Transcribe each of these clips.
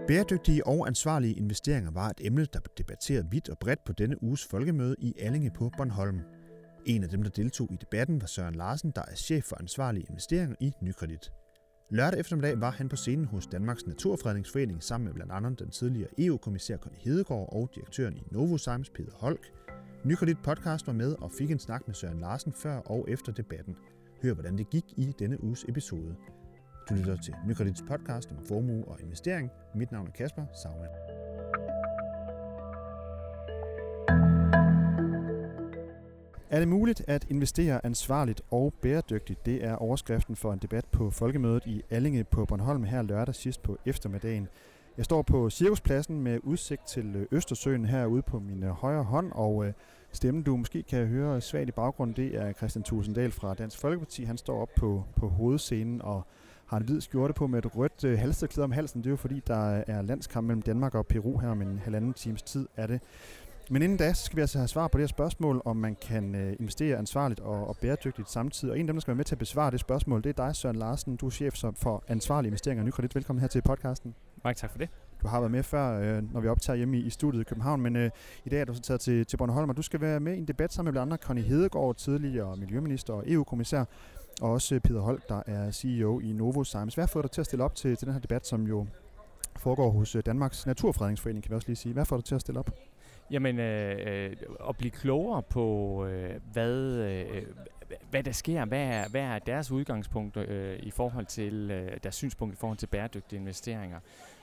Bæredygtige og ansvarlige investeringer var et emne, der blev debatteret vidt og bredt på denne uges folkemøde i Allinge på Bornholm. En af dem, der deltog i debatten, var Søren Larsen, der er chef for ansvarlige investeringer i Nykredit. Lørdag eftermiddag var han på scenen hos Danmarks Naturfredningsforening sammen med blandt andet den tidligere EU-kommissær Connie Hedegaard og direktøren i Novozymes Peter Holk. Nykredit podcast var med og fik en snak med Søren Larsen før og efter debatten. Hør, hvordan det gik i denne uges episode. Du lytter til Nykredits podcast om formue og investering. Mit navn er Kasper Saumann. Er det muligt at investere ansvarligt og bæredygtigt? Det er overskriften for en debat på folkemødet i Allinge på Bornholm her lørdag sidst på eftermiddagen. Jeg står på Cirkuspladsen med udsigt til Østersøen herude på min højre hånd, og stemmen du måske kan høre svagt i baggrunden, det er Kristian Thulesen Dahl fra Dansk Folkeparti. Han står op på hovedscenen og har en hvid skjorte på med et rødt halstørklæde om halsen. Det er jo fordi, der er landskamp mellem Danmark og Peru her om en halvanden times tid er det. Men inden da, så skal vi altså have svar på det her spørgsmål, om man kan investere ansvarligt og bæredygtigt samtidig. Og en af dem, der skal være med til at besvare det spørgsmål, det er dig, Søren Larsen. Du er chef for ansvarlige investeringer i Nykredit. Velkommen her til podcasten. Mange tak for det. Du har været med før, når vi optager hjemme i studiet i København, men i dag er du så taget til Bornholm, og du skal være med i en debat sammen med blandt andet Connie Hedegaard, tidligere miljøminister og EU-kommissær, og også Peter Holk, der er CEO i Novozymes. Hvad får dig til at stille op til den her debat, som jo foregår hos Danmarks Naturfredningsforening, kan vi også lige sige. Hvad får dig til at stille op? Jamen, at blive klogere på, hvad der sker, hvad er deres udgangspunkt i forhold til deres synspunkt i forhold til bæredygtige investeringer.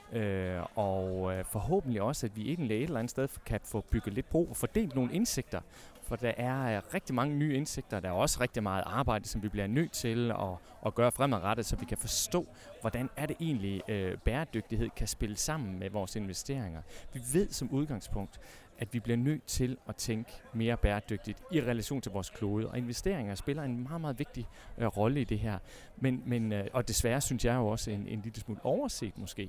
Og forhåbentlig også, at vi et eller andet sted kan få bygget lidt bro og fordelt nogle indsigter. For der er rigtig mange nye indsigter. Der er også rigtig meget arbejde, som vi bliver nødt til at gøre fremadrettet, så vi kan forstå, hvordan er det egentlig bæredygtighed kan spille sammen med vores investeringer. Vi ved som udgangspunkt, at vi bliver nødt til at tænke mere bæredygtigt i relation til vores klode. Og investeringer spiller en meget, meget vigtig rolle i det her. Og desværre synes jeg jo også en lille smule overset måske.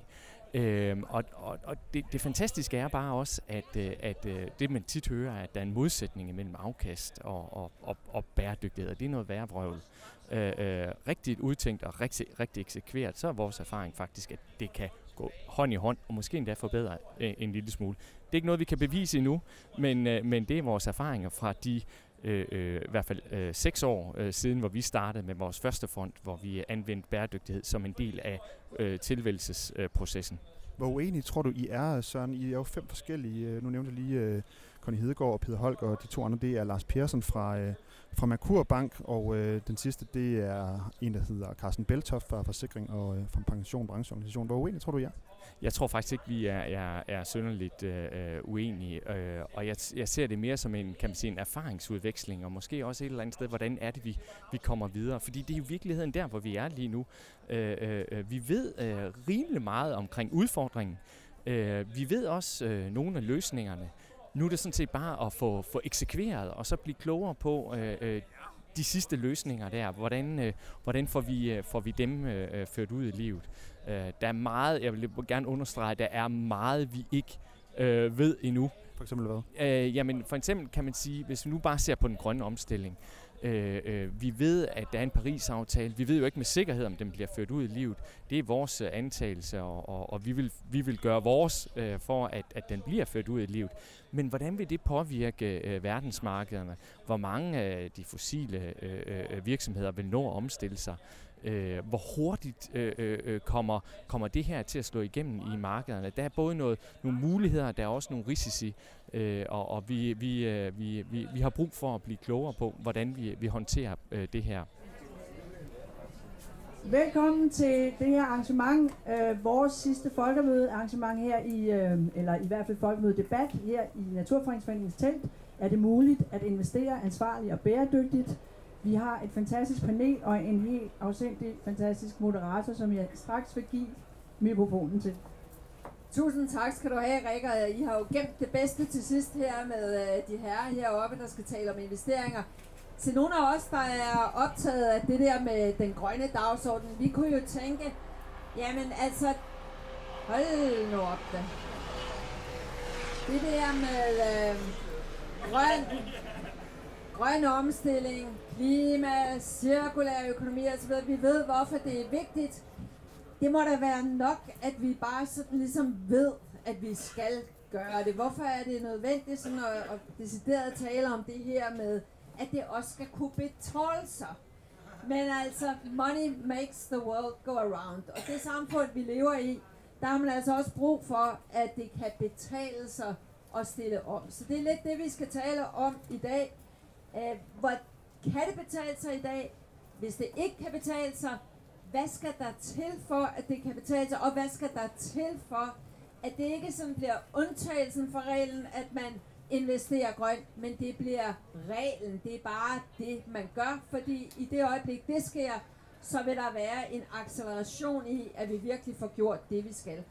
Og det fantastiske er bare også, at det man tit hører, at der er en modsætning mellem afkast og bæredygtighed, og det er noget værre vrøvl. Rigtigt udtænkt og rigtig eksekveret, så er vores erfaring faktisk, at det kan gå hånd i hånd, og måske endda forbedre en lille smule. Det er ikke noget, vi kan bevise endnu, men det er vores erfaringer fra de i hvert fald 6 år siden, hvor vi startede med vores første fond, hvor vi anvendte bæredygtighed som en del af tilvælgelsesprocessen. Hvor uenige tror du, I er, Søren? I er jo 5 forskellige. Nu nævnte jeg lige Connie Hedegaard og Peter Holk, og de 2 andre, det er Lars Persson fra Merkur Bank, og den sidste, det er en, der hedder Carsten Beltoft fra Forsikring og fra Pension Brancheorganisation. Hvor uenige tror du, I er? Jeg tror faktisk ikke, vi er synderligt uenige, og jeg ser det mere som en erfaringsudveksling, og måske også et eller andet sted, hvordan er det, vi kommer videre. Fordi det er jo virkeligheden der, hvor vi er lige nu. Vi ved rimelig meget omkring udfordringen. Vi ved også nogle af løsningerne. Nu er det sådan set bare at få eksekveret, og så blive klogere på de sidste løsninger der. Hvordan får vi dem ført ud i livet? Der er meget, jeg vil gerne understrege, der er meget, vi ikke ved endnu. For eksempel hvad? Jamen, for eksempel kan man sige, hvis vi nu bare ser på den grønne omstilling. Vi ved, at der er en Paris-aftale. Vi ved jo ikke med sikkerhed, om den bliver ført ud i livet. Det er vores antagelse, og vi vil gøre vores for, at den bliver ført ud i livet. Men hvordan vil det påvirke verdensmarkederne? Hvor mange af de fossile virksomheder vil nå at omstille sig? Hvor hurtigt kommer det her til at slå igennem i markederne? Der er både nogle muligheder, der er også nogle risici, og vi har brug for at blive klogere på, hvordan vi håndterer det her. Velkommen til det her arrangement, vores sidste folkemøde arrangement her eller i hvert fald folkemøde debat her i Naturfredningsforeningens telt. Er det muligt at investere ansvarligt og bæredygtigt? Vi har et fantastisk panel og en helt afsindig fantastisk moderator, som jeg straks vil give mikrofonen til. Tusind tak skal du have, Rikke. I har jo gemt det bedste til sidst her med de herrer heroppe, der skal tale om investeringer. Til nogle af os, der er optaget af det der med den grønne dagsorden, vi kunne jo tænke, jamen altså, hold nu op da. Det der med grøn omstilling, klima, cirkulær økonomi osv. Vi ved, hvorfor det er vigtigt. det må da være nok, at vi bare sådan ligesom ved, at vi skal gøre det. Hvorfor er det nødvendigt sådan at decideret tale om det her med, at det også skal kunne betale sig? Men altså, money makes the world go around. Og det samfund, vi lever i, der har man altså også brug for, at det kan betale sig at stille om. Så det er lidt det, vi skal tale om i dag. Hvor kan det betale sig i dag? Hvis det ikke kan betale sig, hvad skal der til for, at det kan betale sig? Og hvad skal der til for, at det ikke sådan bliver undtagelsen for reglen, at man investerer grønt, men det bliver reglen. Det er bare det, man gør, fordi i det øjeblik, det sker, så vil der være en acceleration i, at vi virkelig får gjort det, vi skal.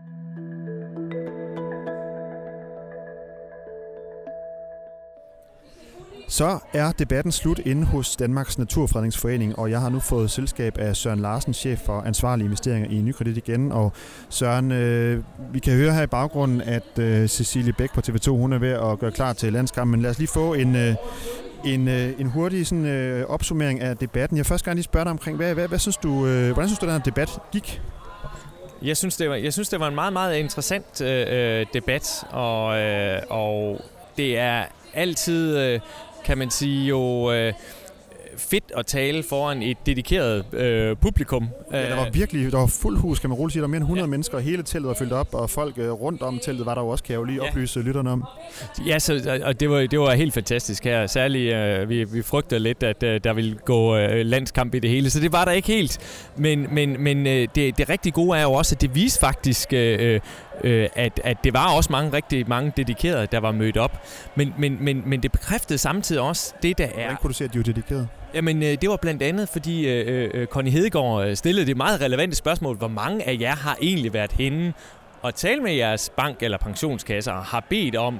Så er debatten slut inde hos Danmarks Naturfredningsforening, og jeg har nu fået selskab af Søren Larsen, chef for ansvarlige investeringer i Nykredit igen. Og Søren, vi kan høre her i baggrunden, at Cecilie Bæk på TV2, hun er ved at gøre klar til landskampen, men lad os lige få en hurtig sådan, opsummering af debatten. Jeg vil først gerne lige spørge dig omkring, hvad synes du, hvordan synes du, den her debat gik? Jeg synes, det var en meget, meget interessant debat, og det er altid, kan man sige, jo fedt at tale foran et dedikeret publikum. Ja, der var fuld hus, kan man roligt sige. Der var mere end 100 mennesker, og hele teltet var fyldt op, og folk rundt om teltet var der også, kan jeg jo lige oplyse lytterne om. Ja, og det var helt fantastisk her. Særligt, vi frygtede lidt, at der ville gå landskamp i det hele, så det var der ikke helt. Men det rigtig gode er jo også, at det viste faktisk, at det var også rigtig mange dedikerede, der var mødt op. Men det bekræftede samtidig også det, der er... Hvordan kunne du se, at de var dedikerede? Jamen, det var blandt andet, fordi Connie Hedegaard stillede det meget relevante spørgsmål, hvor mange af jer har egentlig været henne og tale med jeres bank eller pensionskasser og har bedt om,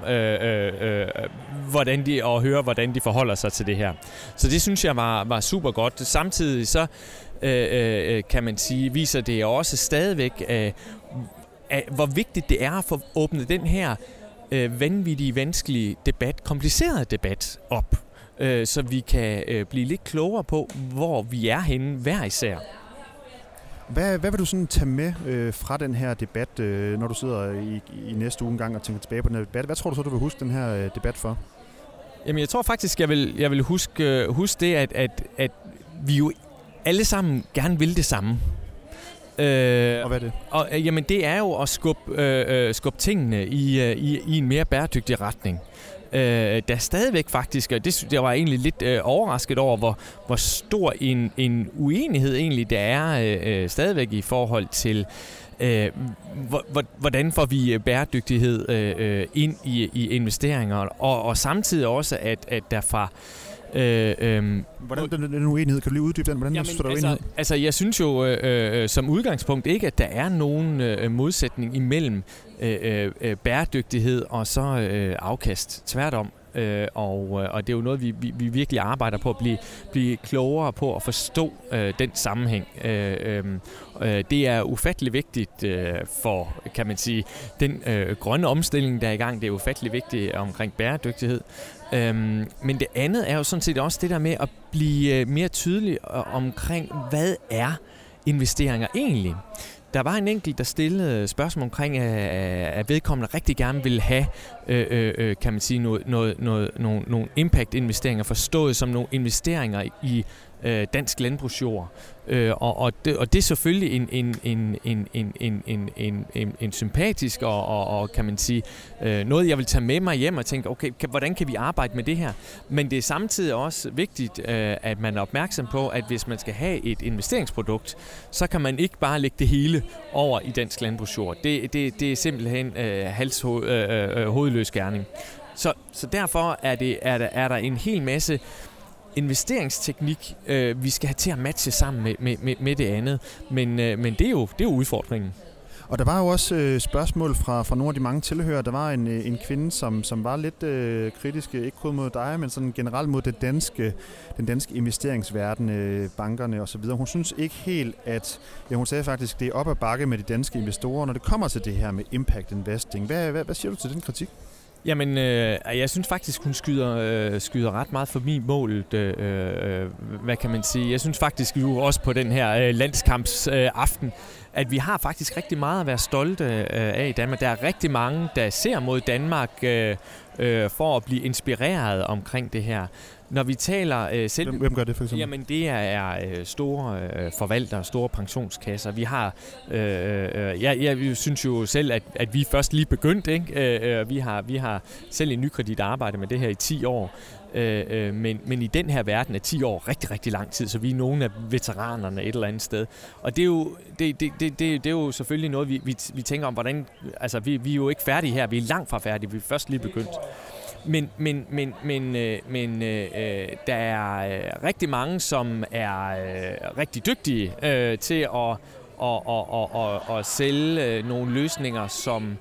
hvordan de forholder sig til det her. Så det synes jeg var super godt. Samtidig så kan man sige, viser det også stadigvæk, hvor vigtigt det er at få åbnet den her vanvittige, vanskelige debat, komplicerede debat op, så vi kan blive lidt klogere på, hvor vi er henne hver især. Hvad vil du sådan tage med fra den her debat, når du sidder i næste uge en gang og tænker tilbage på den her debat? Hvad tror du så, du vil huske den her debat for? Jamen, jeg tror faktisk, jeg vil huske det, at vi jo alle sammen gerne vil det samme. Og hvad er det? Jamen, det er jo at skubbe tingene i en mere bæredygtig retning. Der stadigvæk faktisk, og det var egentlig lidt overrasket over, hvor stor en uenighed egentlig der er stadigvæk i forhold til, hvordan får vi bæredygtighed ind i investeringer, og samtidig også, at der fra... Hvordan den uenighed? Kan du lige uddybe den? Hvordan står der uenighed? Altså, jeg synes jo som udgangspunkt ikke, at der er nogen modsætning imellem bæredygtighed og så afkast. Tværtom. Og det er jo noget, vi virkelig arbejder på at blive klogere på at forstå den sammenhæng. Det er ufattelig vigtigt for, kan man sige, den grønne omstilling, der er i gang. Det er ufattelig vigtigt omkring bæredygtighed. Men det andet er jo sådan set også det der med at blive mere tydelig omkring, hvad er investeringer egentlig? Der var en enkelt, der stillede spørgsmål omkring, at vedkommende rigtig gerne ville have, kan man sige, nogle impact-investeringer, forstået som nogle investeringer i dansk landbrugsjord. Og det er selvfølgelig en sympatisk og kan man sige noget, jeg vil tage med mig hjem og tænke, okay, hvordan kan vi arbejde med det her? Men det er samtidig også vigtigt, at man er opmærksom på, at hvis man skal have et investeringsprodukt, så kan man ikke bare lægge det hele over i dansk landbrugsjord. Det er simpelthen hovedløs gerning. Så derfor er der en hel masse investeringsteknik, vi skal have til at matche sammen med det andet. Men det er jo udfordringen. Og der var jo også spørgsmål fra nogle af de mange tilhørere. Der var en kvinde, som var lidt kritisk, ikke kun mod dig, men sådan generelt mod den danske investeringsverden, bankerne osv. Hun synes ikke helt, hun sagde faktisk, det er op ad bakke med de danske investorer, når det kommer til det her med impact investing. Hvad siger du til den kritik? Jamen, jeg synes faktisk, hun skyder ret meget forbi målet. Hvad kan man sige? Jeg synes faktisk jo også på den her landskampsaften, at vi har faktisk rigtig meget at være stolte af i Danmark. Der er rigtig mange, der ser mod Danmark for at blive inspireret omkring det her. Når vi taler selv... Hvem gør det for eksempel? Jamen det er store forvaltere, store pensionskasser. Vi har... jeg synes jo selv, at vi først lige begyndt, ikke? Vi har selv i Nykredit arbejdet med det her i 10 år. Men i den her verden er 10 år rigtig, rigtig lang tid, så vi er nogle af veteranerne et eller andet sted. Og det er jo, selvfølgelig noget, vi tænker om, hvordan... Altså, vi er jo ikke færdige her. Vi er langt fra færdige. Vi er først lige begyndt. Men der er rigtig mange, som er rigtig dygtige til at sælge nogle løsninger som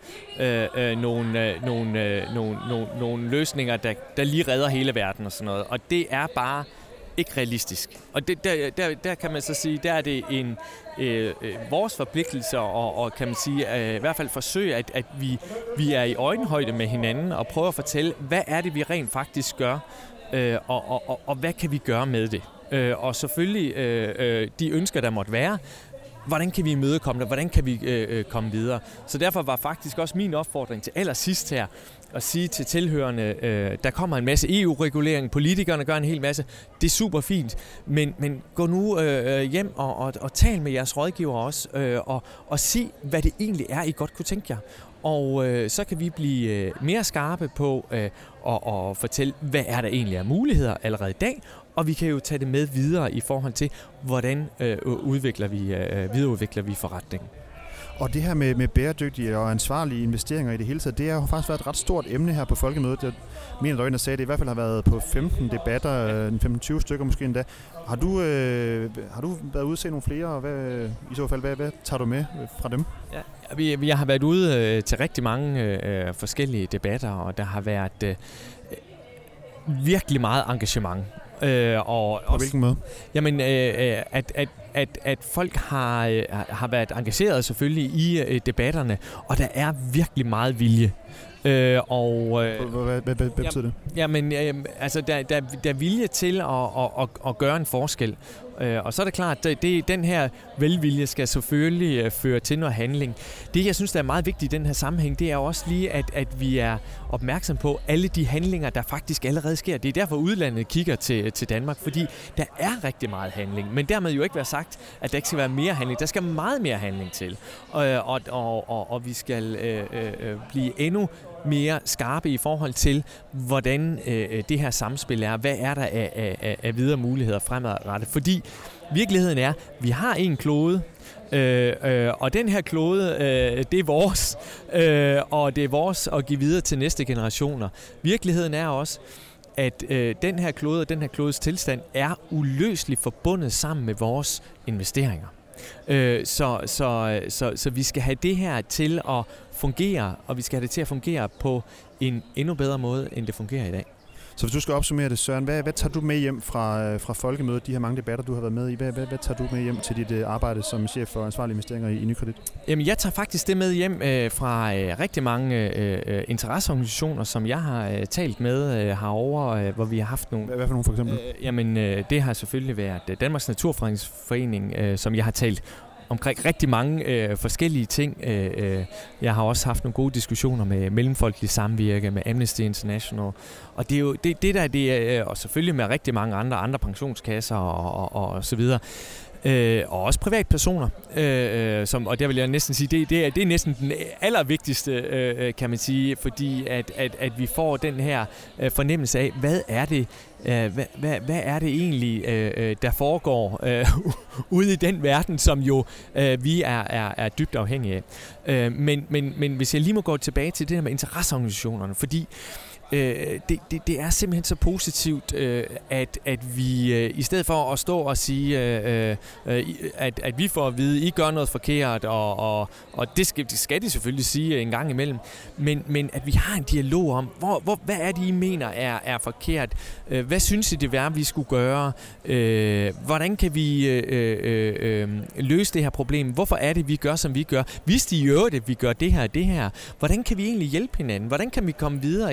nogle løsninger, der lige redder hele verden og sådan noget. Og det er bare ikke realistisk. Og der kan man så sige, der er det vores forpligtelse og kan man sige, i hvert fald forsøge, at vi er i øjenhøjde med hinanden og prøver at fortælle, hvad er det, vi rent faktisk gør, og hvad kan vi gøre med det. Og selvfølgelig de ønsker, der måtte være, hvordan kan vi imødekomme det, hvordan kan vi komme videre. Så derfor var faktisk også min opfordring til allersidst her, at sige til tilhørende, der kommer en masse EU-regulering, politikerne gør en hel masse, det er super fint, men gå nu hjem og tal med jeres rådgiver også, og sig, hvad det egentlig er, I godt kunne tænke jer. Og så kan vi blive mere skarpe på at fortælle, hvad er der egentlig af muligheder allerede i dag, og vi kan jo tage det med videre i forhold til, hvordan videreudvikler vi forretningen. Og det her med bæredygtige og ansvarlige investeringer i det hele taget, det har faktisk været et ret stort emne her på Folkemødet. Jeg mener, der sagde, at det i hvert fald har været på 15 debatter, 15-20 stykker måske endda. Har du været ude at se nogle flere, og i så fald, hvad tager du med fra dem? Ja, vi har været ude til rigtig mange forskellige debatter, og der har været virkelig meget engagement. På hvilken måde? Jamen, at folk har været engageret selvfølgelig i debatterne, og der er virkelig meget vilje. Hvad betyder det? Jamen, altså, der er vilje til at gøre en forskel. Og så er det klart, at den her velvilje skal selvfølgelig føre til noget handling. Det, jeg synes, der er meget vigtigt i den her sammenhæng, det er også lige, at vi er opmærksom på alle de handlinger, der faktisk allerede sker. Det er derfor, udlandet kigger til Danmark, fordi der er rigtig meget handling. Men dermed jo ikke være sagt, at der ikke skal være mere handling. Der skal meget mere handling til. Og vi skal blive endnu mere skarpe i forhold til, hvordan det her samspil er. Hvad er der af videre muligheder fremadrettet? Fordi virkeligheden er, vi har en klode, og den her klode, det er vores, og det er vores at give videre til næste generationer. Virkeligheden er også, at den her klode og den her klodes tilstand er uløseligt forbundet sammen med vores investeringer. Så vi skal have det her til at fungere, og vi skal have det til at fungere på en endnu bedre måde, end det fungerer i dag. Så hvis du skal opsummere det, Søren, hvad tager du med hjem fra Folkemødet, de her mange debatter, du har været med i? Hvad tager du med hjem til dit arbejde som chef for ansvarlige investeringer i Nykredit? Jamen, jeg tager faktisk det med hjem fra rigtig mange interesseorganisationer, som jeg har talt med herovre, hvor vi har haft nogle... Hvad for nogle for eksempel? Jamen, det har selvfølgelig været Danmarks Naturfredningsforening, som jeg har talt omkring rigtig mange forskellige ting. Jeg har også haft nogle gode diskussioner med Mellemfolkelig Samvirke, med Amnesty International, og det er jo det og selvfølgelig med rigtig mange andre pensionskasser og så videre. Og også privatpersoner, og der vil jeg næsten sige, det er næsten den allervigtigste, kan man sige, fordi at vi får den her fornemmelse af, hvad er det, hvad er det egentlig, der foregår ude i den verden, som jo vi er dybt afhængige af. Men hvis jeg lige må gå tilbage til det her med interesseorganisationerne, fordi det er simpelthen så positivt, at vi i stedet for at stå og sige, at vi får at vide, I gør noget forkert, og det skal de selvfølgelig sige en gang imellem, men at vi har en dialog om, hvad er det, I mener er forkert? Hvad synes I, det er, vi skulle gøre? Hvordan kan vi løse det her problem? Hvorfor er det, vi gør, som vi gør? Hvis de gør det, vi gør det her og det her, hvordan kan vi egentlig hjælpe hinanden? Hvordan kan vi komme videre? Eksempelvis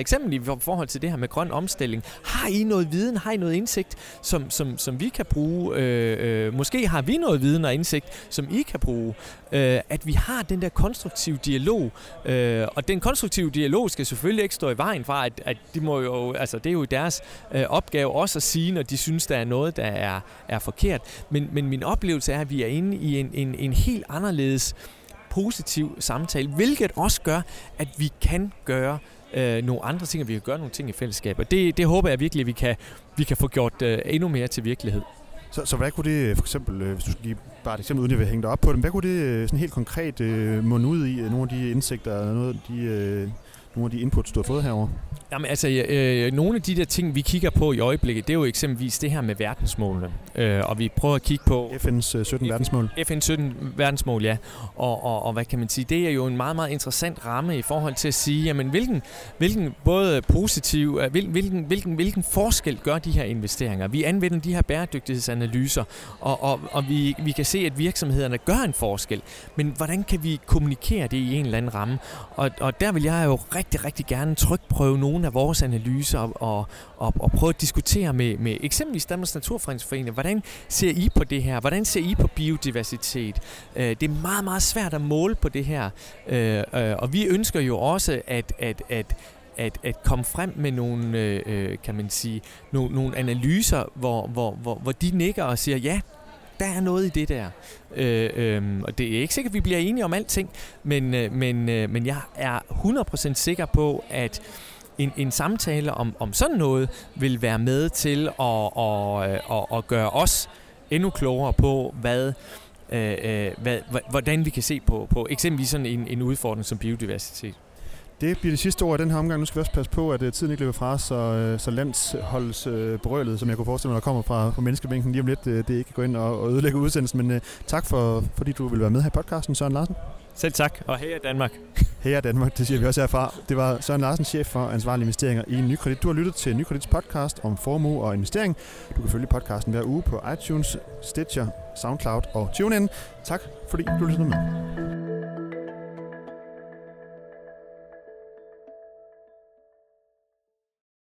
forhold til det her med grøn omstilling. Har I noget viden, har I noget indsigt, som vi kan bruge? Måske har vi noget viden og indsigt, som I kan bruge. At vi har den der konstruktive dialog. Og den konstruktive dialog skal selvfølgelig ikke stå i vejen fra, at de må jo, altså det er jo deres opgave også at sige, når de synes, der er noget, der er forkert. Men min oplevelse er, at vi er inde i en helt anderledes positiv samtale, hvilket også gør, at vi kan gøre nogle andre ting, og vi kan gøre nogle ting i fællesskab. Og det håber jeg virkelig, at vi kan få gjort endnu mere til virkelighed. Så hvad kunne det for eksempel, hvis du skal give bare et eksempel, uden at jeg vil hænge dig op på dem, hvad kunne det sådan helt konkret munde ud i, nogle af de indsigter, nogle af de inputs, du har fået herover? Jamen altså, nogle af de der ting, vi kigger på i øjeblikket, det er jo eksempelvis det her med verdensmålene. Og vi prøver at kigge på FN's 17 verdensmål. FN's 17 verdensmål, ja. Og hvad kan man sige, det er jo en meget, meget interessant ramme i forhold til at sige, jamen hvilken både positiv, hvilken forskel gør de her investeringer? Vi anvender de her bæredygtighedsanalyser, og vi kan se, at virksomhederne gør en forskel. Men hvordan kan vi kommunikere det i en eller anden ramme? Og der vil jeg jo rigtig, rigtig gerne trykprøve nogle af vores analyser og prøve at diskutere med eksempelvis Danmarks Naturfredningsforening. Hvordan ser I på det her? Hvordan ser I på biodiversitet? Det er meget, meget svært at måle på det her. Og vi ønsker jo også at komme frem med nogle, kan man sige, nogle analyser, hvor de nikker og siger, ja, der er noget i det der. Og det er ikke sikkert, at vi bliver enige om alting, men jeg er 100% sikker på, at en samtale om sådan noget vil være med til at gøre os endnu klogere på, hvordan vi kan se på eksempelvis sådan en udfordring som biodiversitet. Det bliver det sidste ord i den her omgang. Nu skal vi også passe på, at tiden ikke løber fra os, så landsholdsbrølet, som jeg kunne forestille mig, der kommer fra menneskebænken lige om lidt, det ikke går ind og ødelægge udsendelsen. Men tak fordi du ville være med her i podcasten, Søren Larsen. Selv tak, og heja Danmark. Heja Danmark, det siger vi også herfra. Det var Søren Larsen, chef for ansvarlige investeringer i Nykredit. Du har lyttet til Nykredits podcast om formue og investering. Du kan følge podcasten hver uge på iTunes, Stitcher, SoundCloud og TuneIn. Tak fordi du lyttede med.